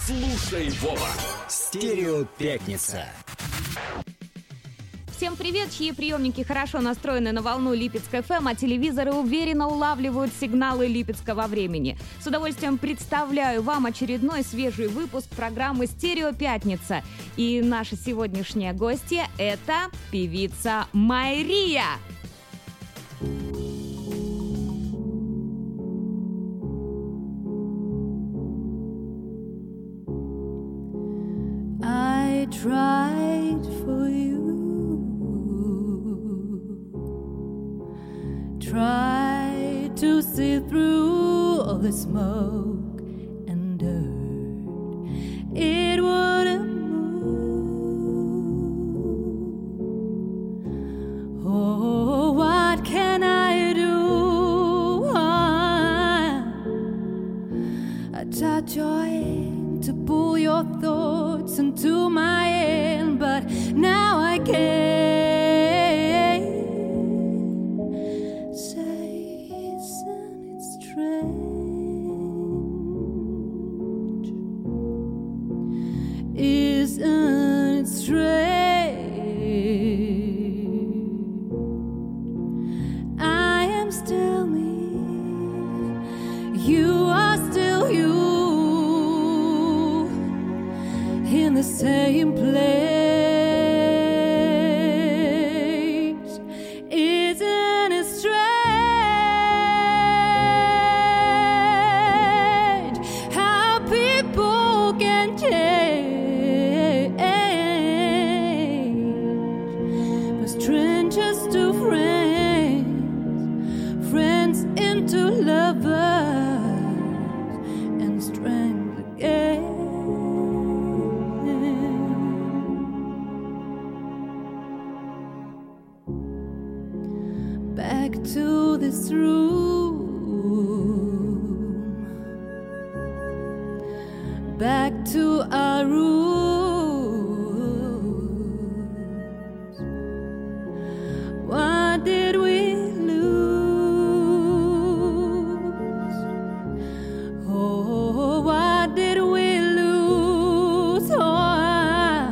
Слушай, Вова. Стерео Пятница. Всем привет, чьи приемники хорошо настроены на волну Липецк ФМ, а телевизоры уверенно улавливают сигналы липецкого времени. С удовольствием представляю вам очередной свежий выпуск программы «Стерео Пятница». И наша сегодняшняя гостья – это певица Майрия. I tried for you, tried to see through all the smoke and dirt. It wouldn't move. Oh, what can I do? I tried trying to pull your thoughts into my hand, but now I can't. Say, isn't it strange? Isn't it strange? I am still me, you are still you, in the same place. Isn't it strange how people can change from strangers to friends, friends into lovers, and strength again. Back to this room, back to our roots. What did we lose? Oh, what did we lose? Oh,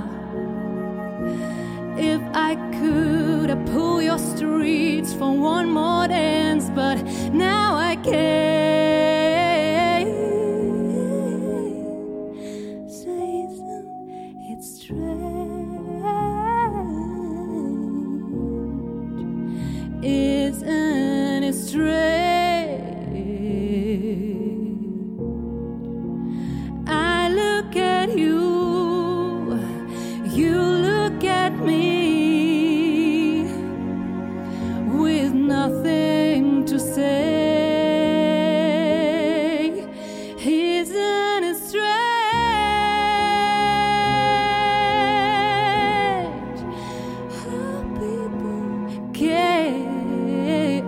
if I could, I'd pull your streets for one more dance, but now I can't. Say, isn't it strange? Isn't it strange? I look at you, you look at me, with nothing to say. Isn't it strange how people can,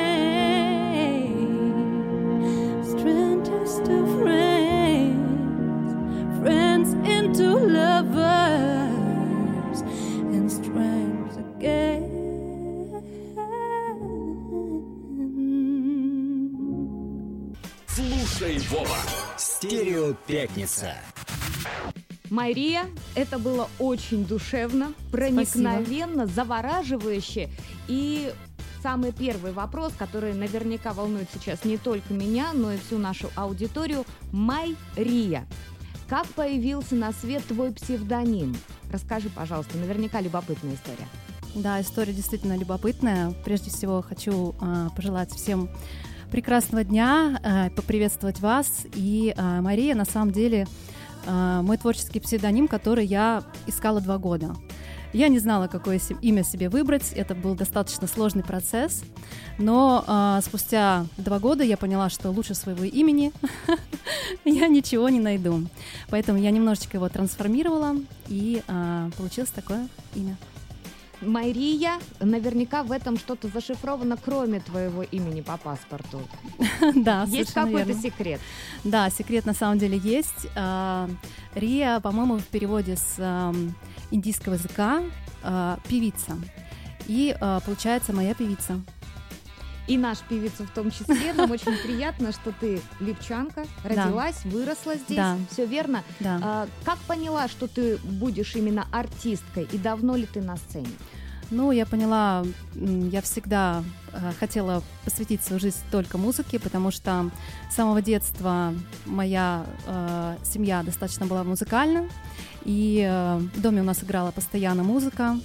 strangers to friends, friends into lovers, and strangers again. Слушай, Вова. Стерео Пятница. Майрия, это было очень душевно, проникновенно, завораживающе. И самый первый вопрос, который наверняка волнует сейчас не только меня, но и всю нашу аудиторию. Майрия, как появился на свет твой псевдоним? Расскажи, пожалуйста, наверняка любопытная история. Да, история действительно любопытная. Прежде всего хочу пожелать всем прекрасного дня, поприветствовать вас. И Мария, на самом деле, мой творческий псевдоним, который я искала 2 года. Я не знала, какое имя себе выбрать, это был достаточно сложный процесс, но спустя 2 года я поняла, что лучше своего имени я ничего не найду. Поэтому я немножечко его трансформировала, и получилось такое имя. Майрия, наверняка в этом что-то зашифровано, кроме твоего имени по паспорту. Да, есть какой-то секрет? Да, секрет на самом деле есть. Рия, по-моему, в переводе с индийского языка певица. И получается моя певица. и нашу певицу в том числе. Нам очень приятно, что ты липчанка, родилась, выросла здесь. Да. Все верно? Да. Как поняла, что ты будешь именно артисткой, и давно ли ты на сцене? Ну, я поняла, я всегда хотела посвятить свою жизнь только музыке, потому что с самого детства моя семья достаточно была музыкальна, и в доме у нас играла постоянно музыка.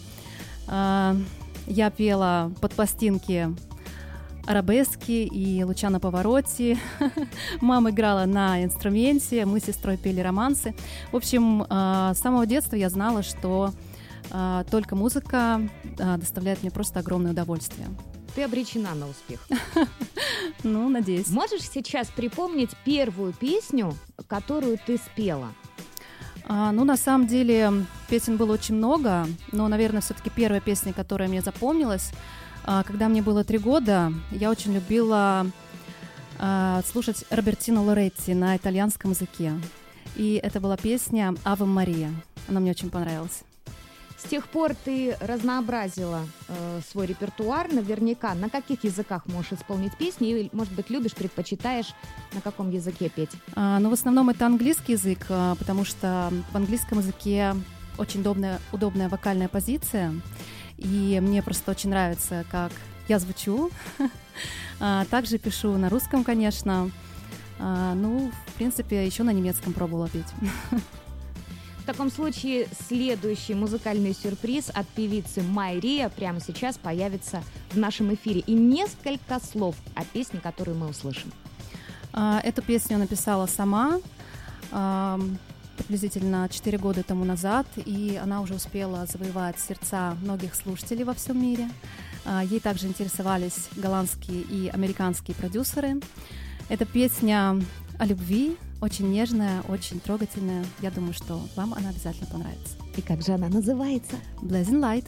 Я пела под пластинки арабески и Лучано Паваротти. Мама играла на инструменте, мы с сестрой пели романсы. В общем, с самого детства я знала, что только музыка доставляет мне просто огромное удовольствие. Ты обречена на успех. Ну, надеюсь. Можешь сейчас припомнить первую песню, которую ты спела? Ну, на самом деле, песен было очень много, но, наверное, все-таки первая песня, которая мне запомнилась, когда мне было 3 года, я очень любила слушать Робертино Лоретти на итальянском языке. И это была песня «Аве Мария». Она мне очень понравилась. С тех пор ты разнообразила свой репертуар, наверняка. На каких языках можешь исполнить песни? Или, может быть, любишь, предпочитаешь, на каком языке петь? Ну, в основном это английский язык, потому что в английском языке очень удобная вокальная позиция. И мне просто очень нравится, как я звучу. Также пишу на русском, конечно. Ну, в принципе, еще на немецком пробовала петь. В таком случае следующий музыкальный сюрприз от певицы Мария прямо сейчас появится в нашем эфире. И несколько слов о песне, которую мы услышим. Эту песню написала сама приблизительно 4 года тому назад, и она уже успела завоевать сердца многих слушателей во всем мире. Ей также интересовались голландские и американские продюсеры. Эта песня о любви, очень нежная, очень трогательная. Я думаю, что вам она обязательно понравится. И как же она называется? Blazing Light.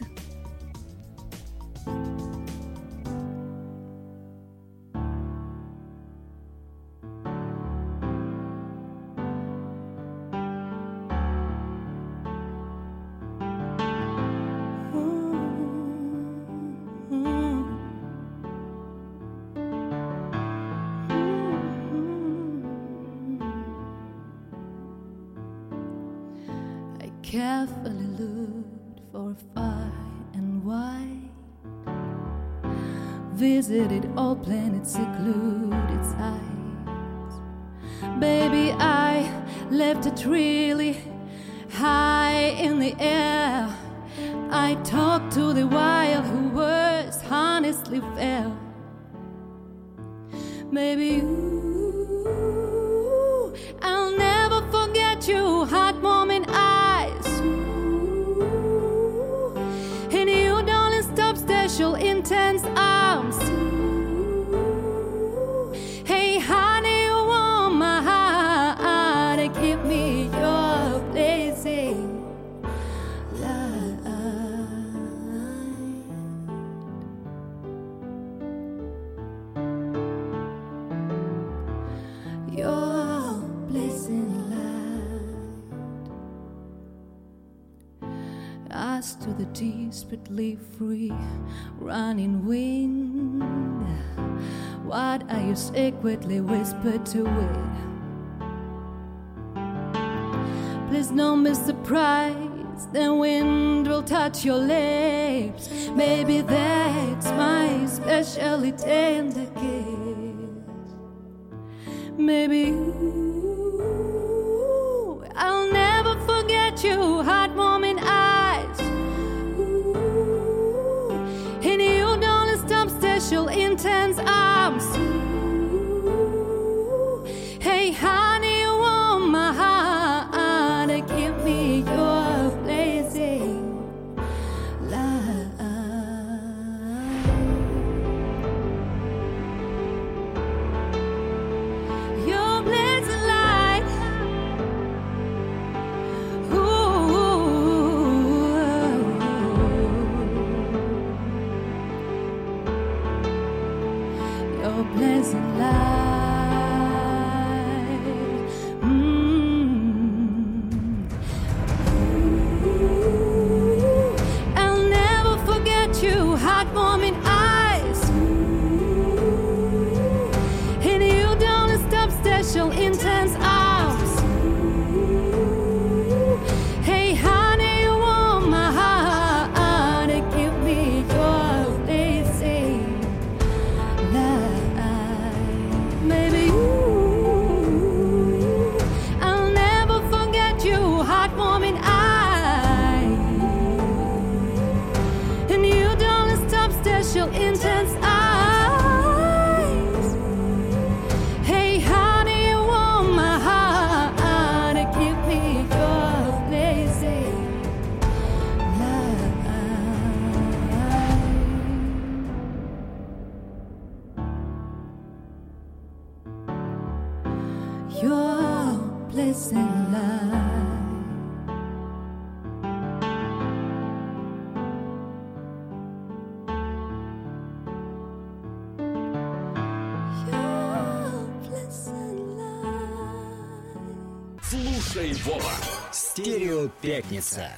Carefully looked for far and wide, visited all planets, secluded sides. Baby, I left it really high in the air. I talked to the wild who was honestly fair. Maybe you, I'll never forget you, hot moment in you, darling, stop special, intense arms. Hey, honey, you want my heart and give me your blazing light. Your blazing us to the desperately free running wind. What are you secretly whispered to it? Please don't be surprised, the wind will touch your lips. Maybe that's my specially tender kiss. Maybe you, I'll never forget you, hot moment in you, darling, stop special, intense arms. Hey, honey, you want my heart and give me your blazing light. Your blazing light. Ooh. Диджей Вова. Стерео Пятница.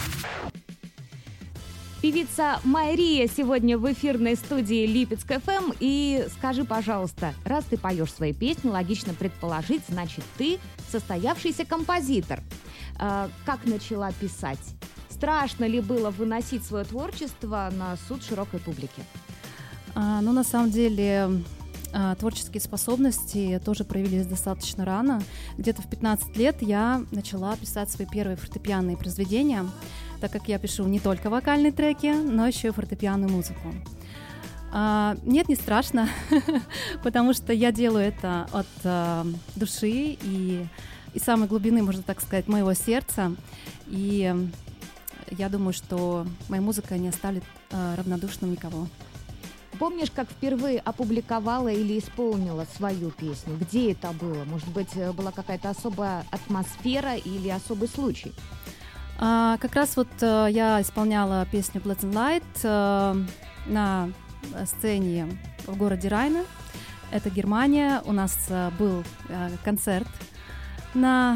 Певица Мария сегодня в эфирной студии Липецк ФМ. И скажи, пожалуйста, раз ты поешь свои песни, логично предположить, значит, ты состоявшийся композитор. Как начала писать? Страшно ли было выносить свое творчество на суд широкой публики? Ну, на самом деле, творческие способности тоже проявились достаточно рано. Где-то в 15 лет я начала писать свои первые фортепианные произведения, так как я пишу не только вокальные треки, но еще и фортепианную музыку. Нет, не страшно, потому что я делаю это от души и самой глубины, можно так сказать, моего сердца. И я думаю, что моя музыка не оставит равнодушным никого. Помнишь, как впервые опубликовала или исполнила свою песню? Где это было? Может быть, была какая-то особая атмосфера или особый случай? Как раз вот я исполняла песню Blood and Light на сцене в городе Райна. Это Германия. У нас был концерт на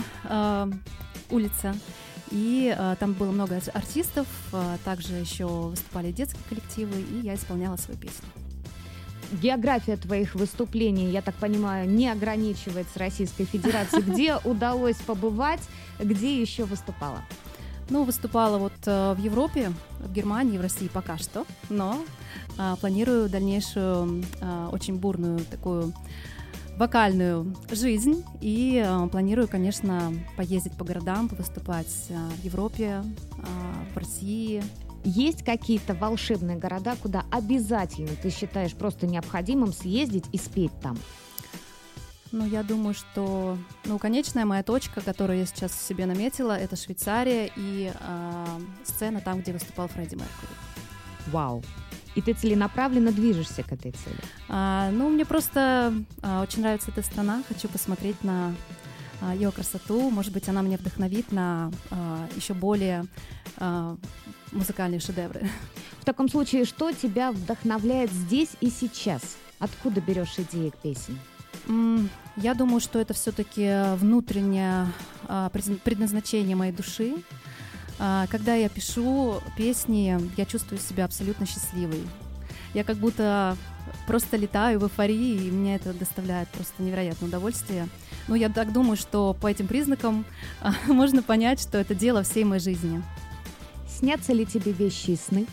улице. И там было много артистов, также еще выступали детские коллективы, и я исполняла свою песню. География твоих выступлений, я так понимаю, не ограничивается Российской Федерацией. Где удалось побывать, где еще выступала? Ну, выступала вот в Европе, в Германии, в России пока что, но планирую дальнейшую очень бурную такую вокальную жизнь и планирую, конечно, поездить по городам, выступать в Европе, в России. Есть какие-то волшебные города, куда обязательно ты считаешь просто необходимым съездить и спеть там? Ну, я думаю, что конечная моя точка, которую я сейчас себе наметила, это Швейцария и сцена там, где выступал Фредди Меркьюри. Вау! И ты целенаправленно движешься к этой цели? Мне просто очень нравится эта страна. Хочу посмотреть на ее красоту. Может быть, она меня вдохновит на еще более музыкальные шедевры. В таком случае, что тебя вдохновляет здесь и сейчас? Откуда берешь идеи к песне? Я думаю, что это все-таки внутреннее предназначение моей души. Когда я пишу песни, я чувствую себя абсолютно счастливой. Я как будто просто летаю в эйфории, и мне это доставляет просто невероятное удовольствие. Я так думаю, что по этим признакам можно понять, что это дело всей моей жизни. Снятся ли тебе вещи и сны?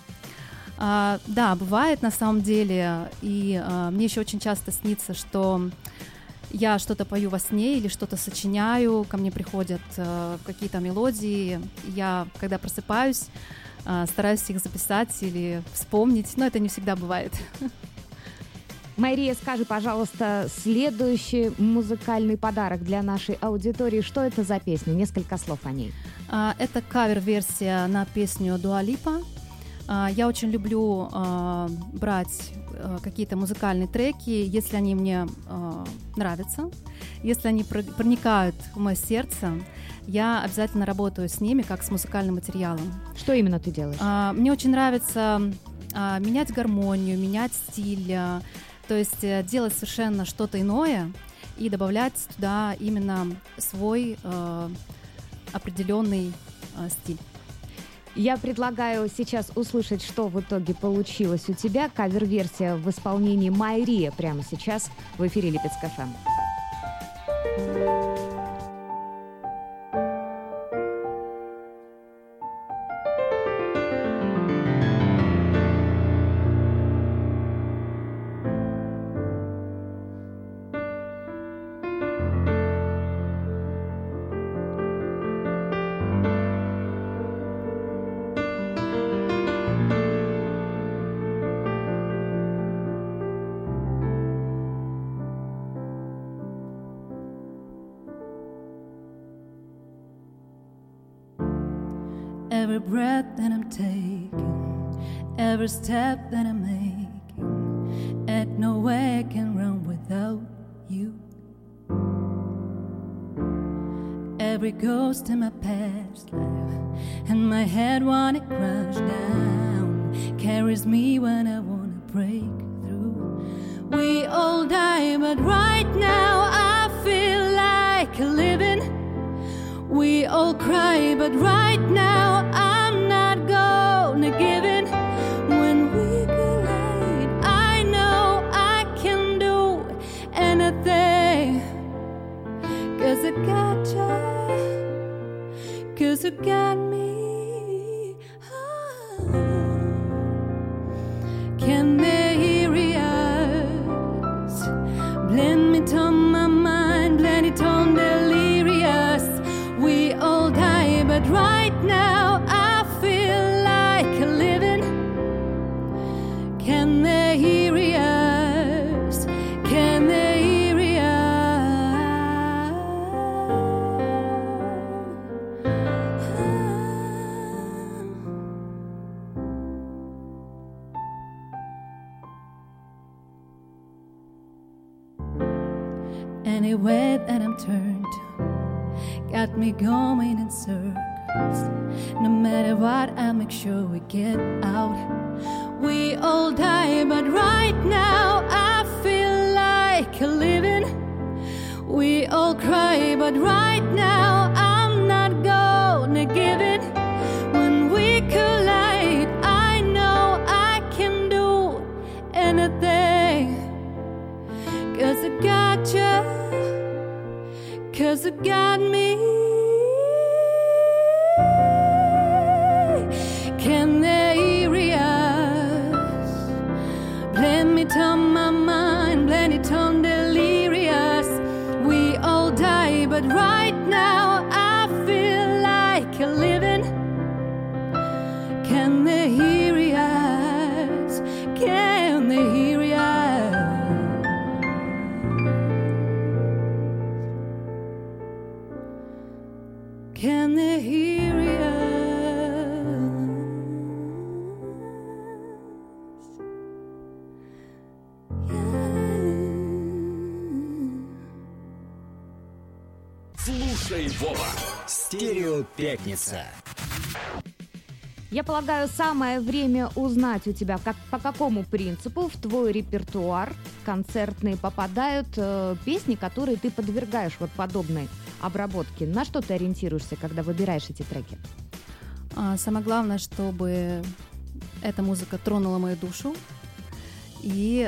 Да, бывает на самом деле. И мне еще очень часто снится, что я что-то пою во сне или что-то сочиняю, ко мне приходят какие-то мелодии. Я, когда просыпаюсь, стараюсь их записать или вспомнить, но это не всегда бывает. Мария, скажи, пожалуйста, следующий музыкальный подарок для нашей аудитории. Что это за песня? Несколько слов о ней. Это кавер-версия на песню Дуа Липа. Я очень люблю брать какие-то музыкальные треки, если они мне нравятся, если они проникают в мое сердце, я обязательно работаю с ними как с музыкальным материалом. Что именно ты делаешь? Мне очень нравится менять гармонию, менять стиль, то есть делать совершенно что-то иное и добавлять туда именно свой определенный стиль. Я предлагаю сейчас услышать, что в итоге получилось у тебя. Кавер-версия в исполнении Марии прямо сейчас в эфире Липецк ФМ. Every breath that I'm taking, every step that I'm making, ain't no way I can run without you. Every ghost in my past life, and my head when it crashes down, carries me when I wanna break through. We all die, but right now I feel like living. We all cry, but right now I'm not gonna give in. When we collide, I know I can do anything. 'Cause I got you, 'cause you got me. Can they hear us? Blend me to my mind, blend it on delirious. We all die, but right now I feel like living. Can they hear us? Can they hear Anywhere that I'm turned, got me going in circles. No matter what, I make sure we get out. We all die, but right now I feel like living. We all cry, but right now I'm not gonna give in. When we collide, I know I can do anything. 'Cause I got you, 'cause you got me. Can they hear us? Blend me to my mind, blend it on delirious. We all die, but right now I feel like living. Can they hear us? Can they hear us? Can they hear us? Слушай, Вова. Стереопятница. Я полагаю, самое время узнать у тебя, по какому принципу в твой репертуар концертный попадают песни, которые ты подвергаешь вот подобной обработке. На что ты ориентируешься, когда выбираешь эти треки? Самое главное, чтобы эта музыка тронула мою душу. И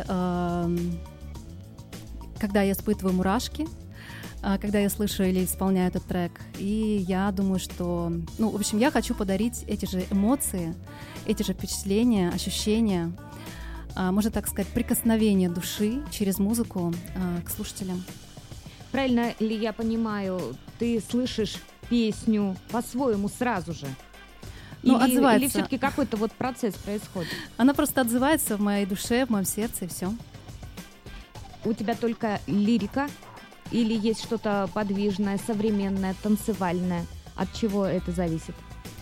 когда я испытываю мурашки, когда я слышу или исполняю этот трек. И я думаю, что... Ну, в общем, я хочу подарить эти же эмоции, эти же впечатления, ощущения, можно так сказать, прикосновение души через музыку к слушателям. Правильно ли я понимаю, ты слышишь песню по-своему сразу же? Ну, или, отзывается. Или все-таки какой-то вот процесс происходит? Она просто отзывается в моей душе, в моем сердце, и все. У тебя только лирика? Или есть что-то подвижное, современное, танцевальное? От чего это зависит?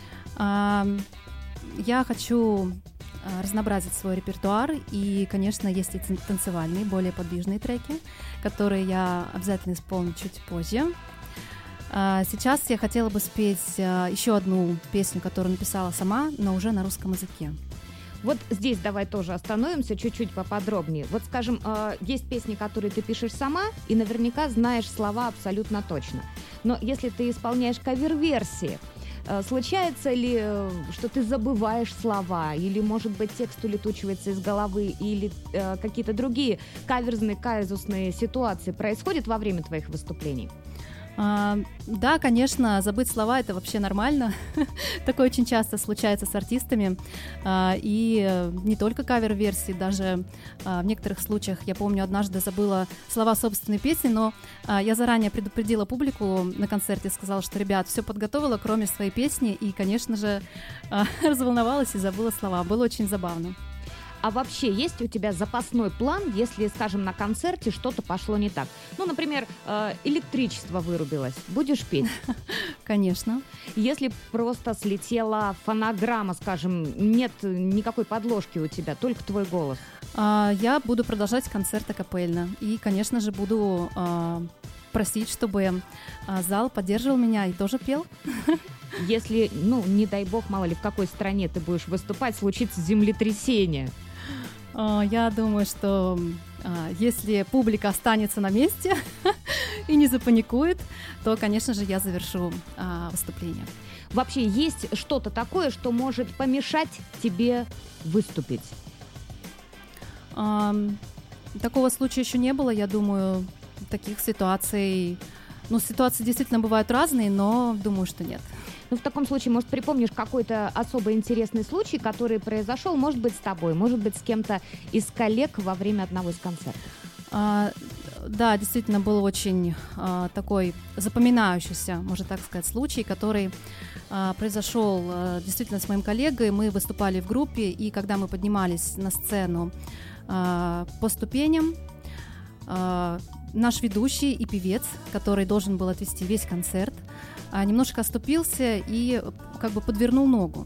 Я хочу разнообразить свой репертуар, и, конечно, есть и танцевальные, более подвижные треки, которые я обязательно исполню чуть позже. Сейчас я хотела бы спеть еще одну песню, которую написала сама, но уже на русском языке. Вот здесь давай тоже остановимся чуть-чуть поподробнее. Вот, скажем, есть песни, которые ты пишешь сама, и наверняка знаешь слова абсолютно точно. Но если ты исполняешь кавер-версии, случается ли, что ты забываешь слова, или, может быть, текст улетучивается из головы, или какие-то другие каверзные, казусные ситуации происходят во время твоих выступлений? Да, конечно, забыть слова — это вообще нормально. Такое очень часто случается с артистами. И не только кавер-версии, даже в некоторых случаях, я помню, однажды забыла слова собственной песни, но я заранее предупредила публику на концерте, сказала, что, ребят, все подготовила, кроме своей песни, и, конечно же, разволновалась и забыла слова. Было очень забавно. А вообще есть у тебя запасной план, если, скажем, на концерте что-то пошло не так? Ну, например, электричество вырубилось. Будешь петь? Конечно. Если просто слетела фонограмма, скажем, нет никакой подложки у тебя, только твой голос. Я буду продолжать концерт акапельно. И, конечно же, буду просить, чтобы зал поддерживал меня и тоже пел. Если, ну, не дай бог, мало ли в какой стране ты будешь выступать, случится землетрясение. Я думаю, что если публика останется на месте, и не запаникует, то, конечно же, я завершу выступление. Вообще есть что-то такое, что может помешать тебе выступить? Такого случая еще не было, я думаю, таких ситуаций... Ну, ситуации действительно бывают разные, но думаю, что нет. Ну, в таком случае, может, припомнишь какой-то особо интересный случай, который произошел, может быть, с тобой, может быть, с кем-то из коллег во время одного из концертов? Да, действительно, был очень такой запоминающийся, можно так сказать, случай, который произошел действительно с моим коллегой. Мы выступали в группе, и когда мы поднимались на сцену по ступеням, наш ведущий и певец, который должен был отвести весь концерт, немножко оступился и как бы подвернул ногу.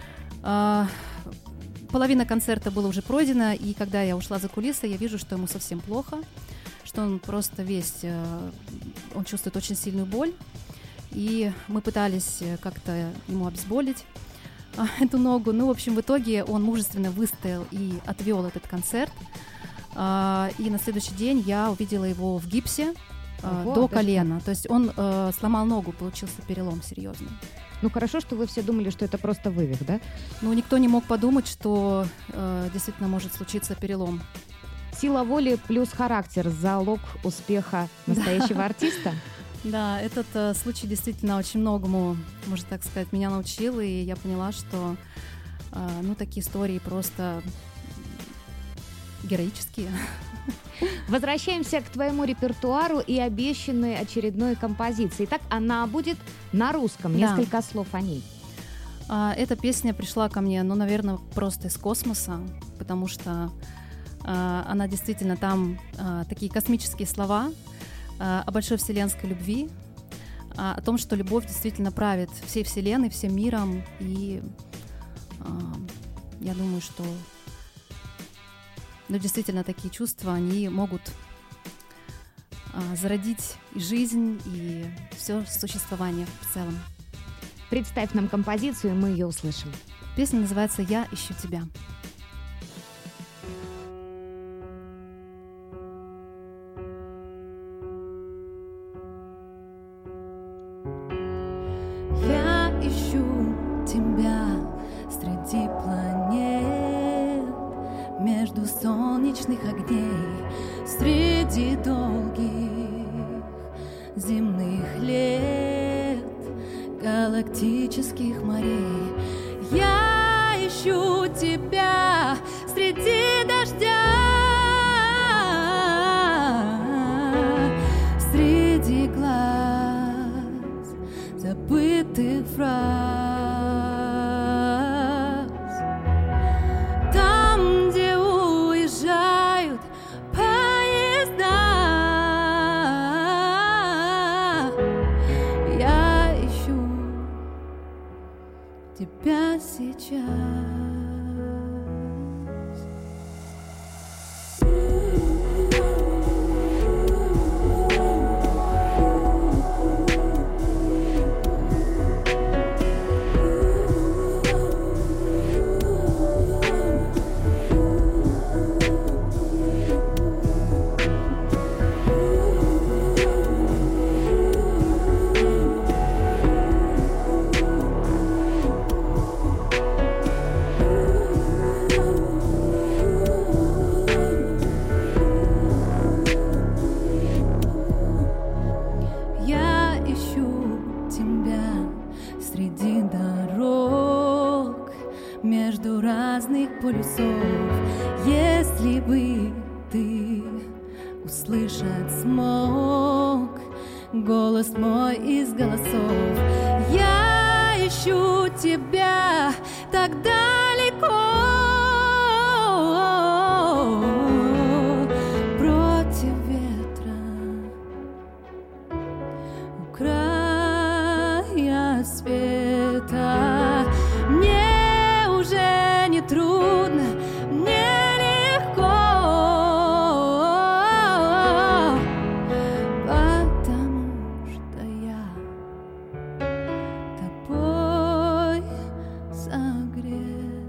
Половина концерта была уже пройдена, и когда я ушла за кулисы, я вижу, что ему совсем плохо, что он просто весь, он чувствует очень сильную боль, и мы пытались как-то ему обезболить эту ногу. Ну, в общем, в итоге он мужественно выстоял и отвел этот концерт. И на следующий день я увидела его в гипсе до колена. То есть он сломал ногу, получился перелом серьезный. Ну, хорошо, что вы все думали, что это просто вывих, да? Ну, никто не мог подумать, что действительно может случиться перелом. Сила воли плюс характер – залог успеха настоящего артиста? Да, этот случай действительно очень многому, можно так сказать, меня научил, и я поняла, что такие истории просто героические. Возвращаемся к твоему репертуару и обещанной очередной композиции. Итак, она будет на русском. Несколько слов о ней. Эта песня пришла ко мне, наверное, просто из космоса, потому что она действительно там такие космические слова о большой вселенской любви, о том, что любовь действительно правит всей вселенной, всем миром. И я думаю, что действительно такие чувства, они могут зародить и жизнь, и все существование в целом. Представь нам композицию, и мы ее услышим. Песня называется «Я ищу тебя». Я ищу тебя среди планет, между солнечных огней, среди долгих земных лет, галактических морей. Я ищу тебя среди дождя, среди глаз забытых фраз. Тебя сейчас. Если бы ты услышать смог голос мой из голосов, я ищу тебя так далеко, против ветра, у края света. Мне уже не трудно, мне легко, потому что я тобой согрет.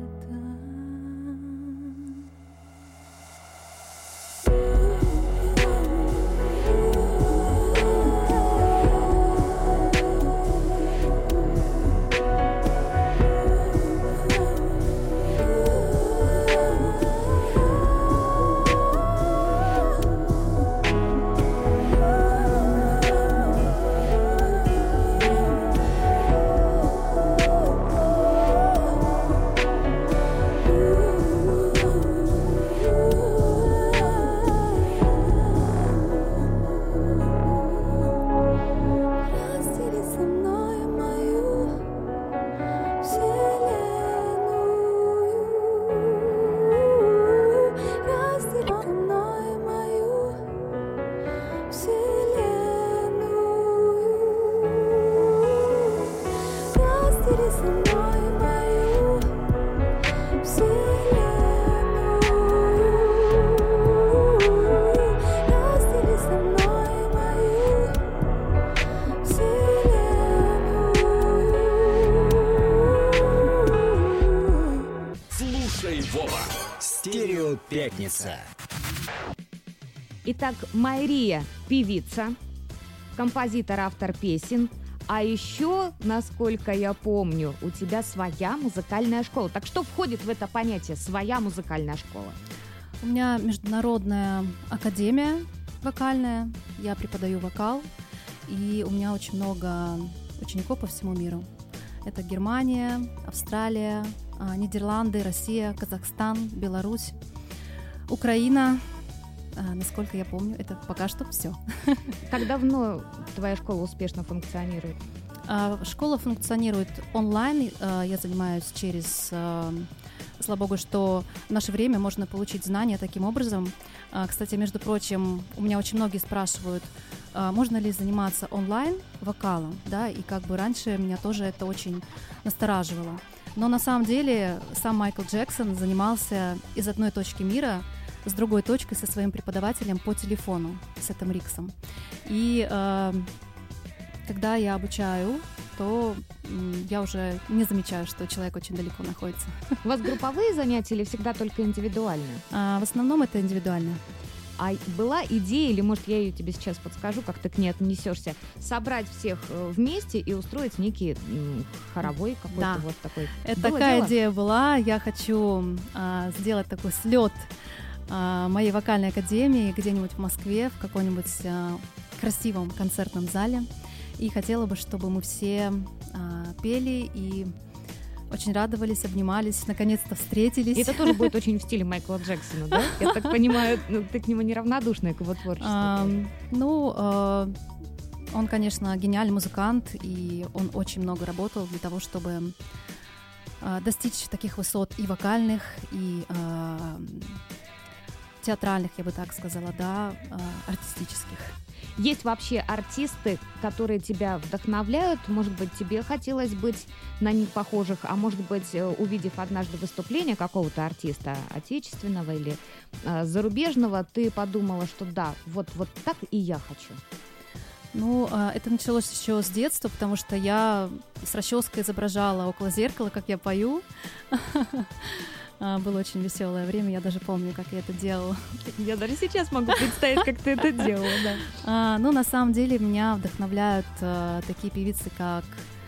Стерео Пятница. Итак, Мария – певица, композитор, автор песен. А еще, насколько я помню, у тебя своя музыкальная школа. Так что входит в это понятие «своя музыкальная школа»? У меня международная академия вокальная, я преподаю вокал, и у меня очень много учеников по всему миру. Это Германия, Австралия, Нидерланды, Россия, Казахстан, Беларусь, Украина. Насколько я помню, это пока что все. Как давно твоя школа успешно функционирует? Школа функционирует онлайн. Я занимаюсь через... Слава богу, что в наше время можно получить знания таким образом. Кстати, между прочим, у меня очень многие спрашивают, можно ли заниматься онлайн вокалом, да, и как бы раньше меня тоже это очень настораживало. Но на самом деле сам Майкл Джексон занимался из одной точки мира с другой точкой со своим преподавателем по телефону, с Этом Риксом. И когда я обучаю, то я уже не замечаю, что человек очень далеко находится. У вас групповые занятия или всегда только индивидуальные? В основном это индивидуально. А была идея, или, может, я ее тебе сейчас подскажу, как ты к ней отнесешься, собрать всех вместе и устроить некий хоровой какой-то вот такой? Это такая идея была. Я хочу сделать такой слет моей вокальной академии где-нибудь в Москве, в каком-нибудь красивом концертном зале. И хотела бы, чтобы мы все пели и очень радовались, обнимались, наконец-то встретились. И это тоже будет очень в стиле Майкла Джексона, да? Я так понимаю, ты к нему неравнодушная, к его творчеству. Он, конечно, гениальный музыкант, и он очень много работал для того, чтобы достичь таких высот и вокальных, и театральных, я бы так сказала, да, артистических. Есть вообще артисты, которые тебя вдохновляют? Может быть, тебе хотелось быть на них похожих, а может быть, увидев однажды выступление какого-то артиста отечественного или зарубежного, ты подумала, что да, вот так и я хочу? Это началось еще с детства, потому что я с расческой изображала около зеркала, как я пою. Было очень веселое время, я даже помню, как я это делала. Я даже сейчас могу представить, как ты это делала, да. На самом деле меня вдохновляют такие певицы, как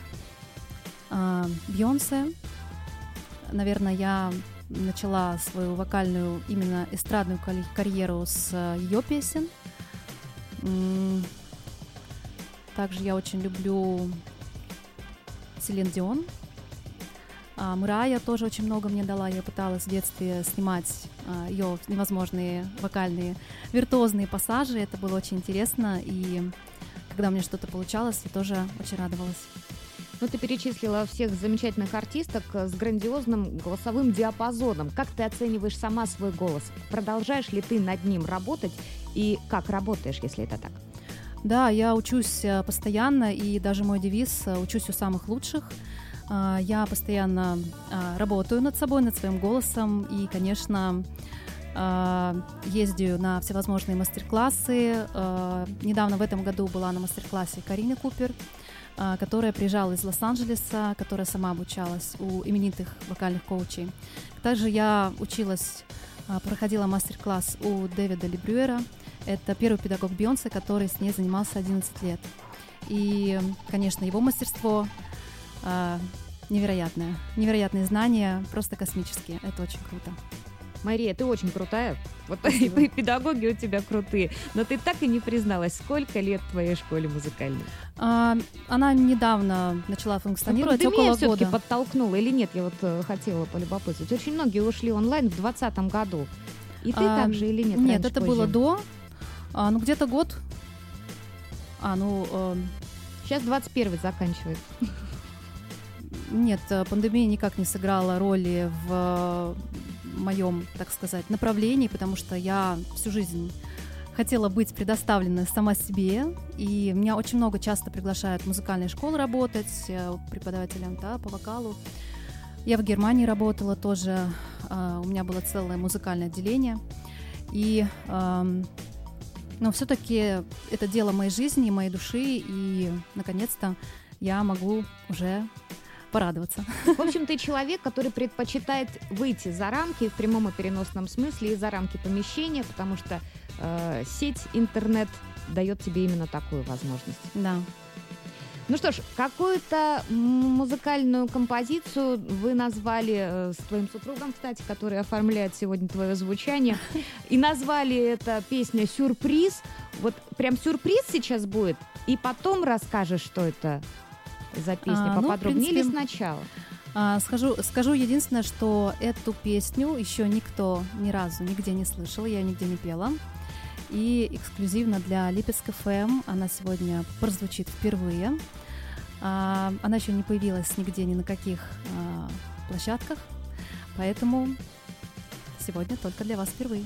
Бейонсе. Наверное, я начала свою вокальную, именно эстрадную карьеру с ее песен. Также я очень люблю Селин Дион. Мэрайя тоже очень много мне дала. Я пыталась в детстве снимать ее невозможные вокальные виртуозные пассажи. Это было очень интересно. И когда у меня что-то получалось, я тоже очень радовалась. Ты перечислила всех замечательных артисток с грандиозным голосовым диапазоном. Как ты оцениваешь сама свой голос? Продолжаешь ли ты над ним работать? И как работаешь, если это так? Да, я учусь постоянно. И даже мой девиз «Учусь у самых лучших». Я постоянно работаю над собой, над своим голосом и, конечно, ездию на всевозможные мастер-классы. Недавно в этом году была на мастер-классе Карины Купер, которая приезжала из Лос-Анджелеса, которая сама обучалась у именитых вокальных коучей. Также я проходила мастер-класс у Дэвида Ли Брюера. Это первый педагог Бейонсе, который с ней занимался 11 лет. И, конечно, его мастерство невероятные знания, просто космические. Это очень круто. Мария, ты очень крутая. И педагоги у тебя крутые. Но ты так и не призналась, сколько лет твоей школе музыкальной? Она недавно начала функционировать, около года. Ты меня все-таки подтолкнула или нет? Я хотела полюбопытствовать. Очень многие ушли онлайн в 2020 году. И ты так же или нет? Нет, это было до. Где-то год. Сейчас 21-й заканчивает. Нет, пандемия никак не сыграла роли в моем, так сказать, направлении, потому что я всю жизнь хотела быть предоставлена сама себе, и меня очень часто приглашают в музыкальные школы работать преподавателем по вокалу. Я в Германии работала тоже, у меня было целое музыкальное отделение, но все-таки это дело моей жизни, моей души, и наконец-то я могу уже порадоваться. В общем, ты человек, который предпочитает выйти за рамки в прямом и переносном смысле и за рамки помещения, потому что сеть, интернет дает тебе именно такую возможность. Да. Ну что ж, какую-то музыкальную композицию вы назвали с твоим супругом, кстати, который оформляет сегодня твое звучание, и назвали это песня «Сюрприз». Вот прям сюрприз сейчас будет, и потом расскажешь, что это за песня поподробнее, или сначала? Скажу единственное, что эту песню еще никто ни разу нигде не слышал, я нигде не пела. И эксклюзивно для Липецк ФМ она сегодня прозвучит впервые. Она еще не появилась нигде, ни на каких площадках, поэтому сегодня только для вас впервые.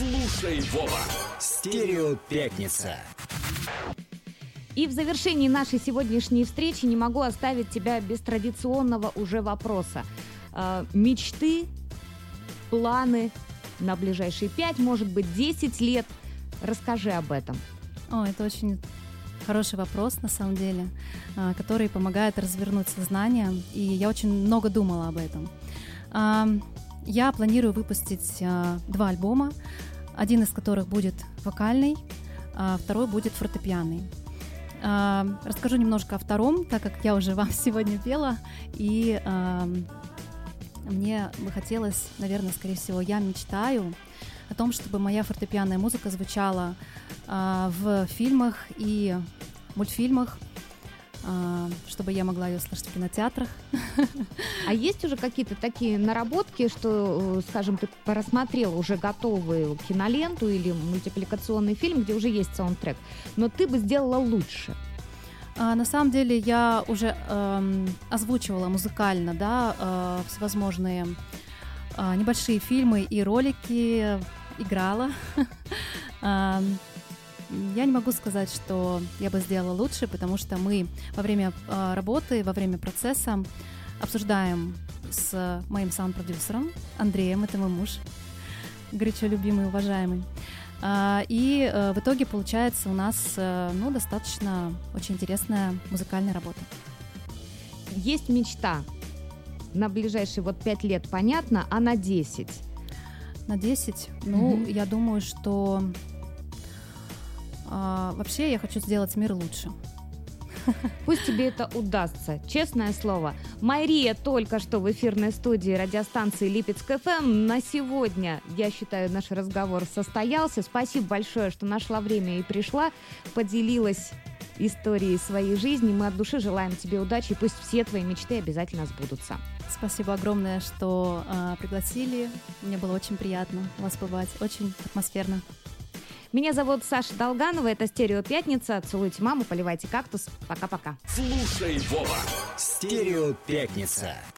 Слушай, Вова. Стерео Пятница. И в завершении нашей сегодняшней встречи не могу оставить тебя без традиционного уже вопроса. Мечты, планы на ближайшие 5, может быть, 10 лет. Расскажи об этом. Это очень хороший вопрос, на самом деле, который помогает развернуть сознание, и я очень много думала об этом. Я планирую выпустить 2 альбома, один из которых будет вокальный, а второй будет фортепианный. Расскажу немножко о втором, так как я уже вам сегодня пела, и мне бы хотелось, наверное, скорее всего, я мечтаю о том, чтобы моя фортепианная музыка звучала в фильмах и мультфильмах, чтобы я могла ее слышать в кинотеатрах. А есть уже какие-то такие наработки, что, скажем, ты просмотрела уже готовую киноленту или мультипликационный фильм, где уже есть саундтрек, но ты бы сделала лучше? На самом деле я уже озвучивала музыкально, да, всевозможные небольшие фильмы и ролики, играла. Я не могу сказать, что я бы сделала лучше, потому что мы во время работы, во время процесса обсуждаем с моим саунд-продюсером Андреем, это мой муж, горячо любимый, уважаемый. И в итоге получается у нас достаточно очень интересная музыкальная работа. Есть мечта на ближайшие 5 лет, понятно, а на 10? На 10? Я думаю, что вообще я хочу сделать мир лучше. Пусть тебе это удастся, честное слово. Мария только что в эфирной студии радиостанции Липецк ФМ. На сегодня, я считаю, наш разговор состоялся. Спасибо большое, что нашла время и пришла, поделилась историей своей жизни. Мы от души желаем тебе удачи, и пусть все твои мечты обязательно сбудутся. Спасибо огромное, что пригласили. Мне было очень приятно у вас побывать, очень атмосферно. Меня зовут Саша Долганова, это «Стерео Пятница». Целуйте маму, поливайте кактус. Пока-пока. Слушай, Вова. Стерео Пятница.